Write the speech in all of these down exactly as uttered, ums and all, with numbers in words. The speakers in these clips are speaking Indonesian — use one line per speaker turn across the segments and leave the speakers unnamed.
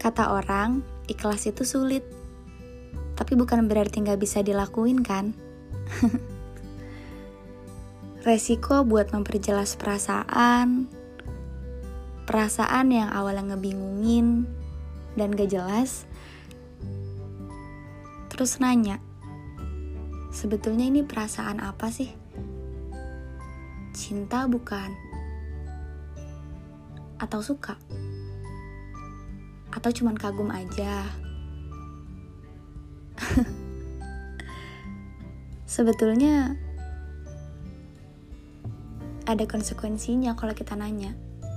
Kata orang, ikhlas itu sulit. Tapi bukan berarti gak bisa dilakuin kan? Resiko buat memperjelas perasaan, perasaan yang awalnya ngebingungin dan gak jelas, terus nanya, sebetulnya ini perasaan apa sih? Cinta bukan? Atau suka? Atau cuman kagum aja? Sebetulnya ada konsekuensinya kalau kita nanya.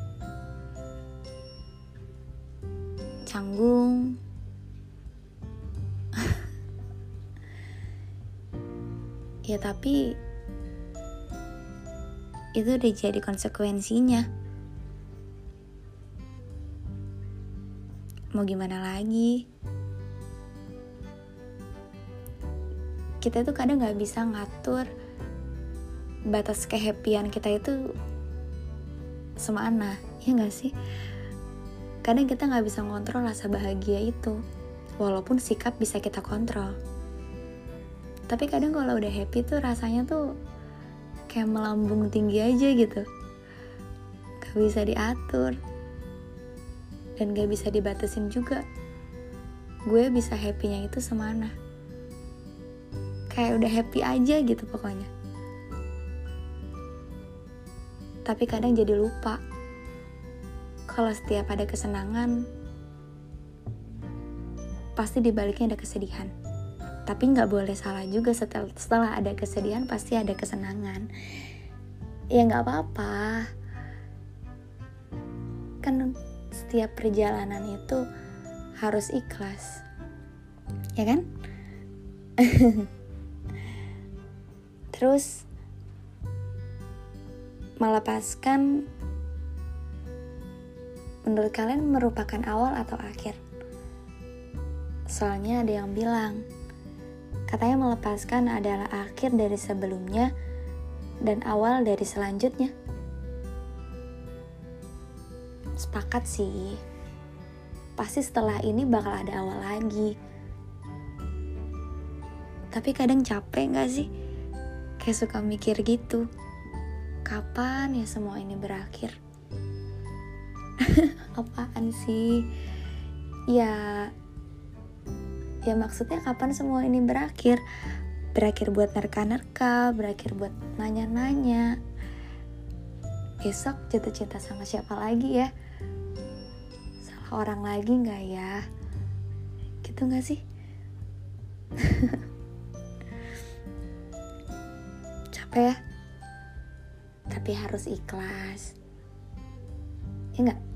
Canggung. Ya tapi itu udah jadi konsekuensinya. Mau gimana lagi? Kita tuh kadang gak bisa ngatur batas kehappyan kita itu semana, ya gak sih? Kadang kita gak bisa ngontrol rasa bahagia itu, walaupun sikap bisa kita kontrol. Tapi kadang kalau udah happy tuh rasanya tuh kayak melambung tinggi aja gitu, gak bisa diatur dan gak bisa dibatasin juga. Gue bisa happy-nya itu semana, kayak udah happy aja gitu pokoknya. Tapi kadang jadi lupa kalau setiap ada kesenangan pasti dibaliknya ada kesedihan. Tapi gak boleh salah juga, setelah, setelah ada kesedihan pasti ada kesenangan. Ya gak apa-apa, kan setiap perjalanan itu harus ikhlas, ya kan? Terus melepaskan menurut kalian merupakan awal atau akhir? Soalnya ada yang bilang katanya melepaskan adalah akhir dari sebelumnya dan awal dari selanjutnya. Sepakat sih, pasti setelah ini bakal ada awal lagi. Tapi kadang capek gak sih? Kayak suka mikir gitu, kapan ya semua ini berakhir? Apaan sih? Ya, ya maksudnya kapan semua ini berakhir? Berakhir buat nerka-nerka, berakhir buat nanya-nanya. Besok jatuh cinta sama siapa lagi ya? Salah orang lagi gak ya? Gitu gak sih? Capek ya? Tapi harus ikhlas, ya gak?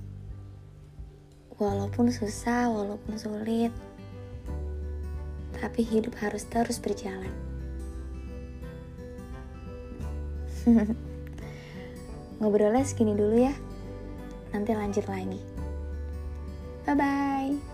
Walaupun susah, walaupun sulit, tapi hidup harus terus berjalan. Ngobrolnya segini dulu ya, nanti lanjut lagi. Bye-bye.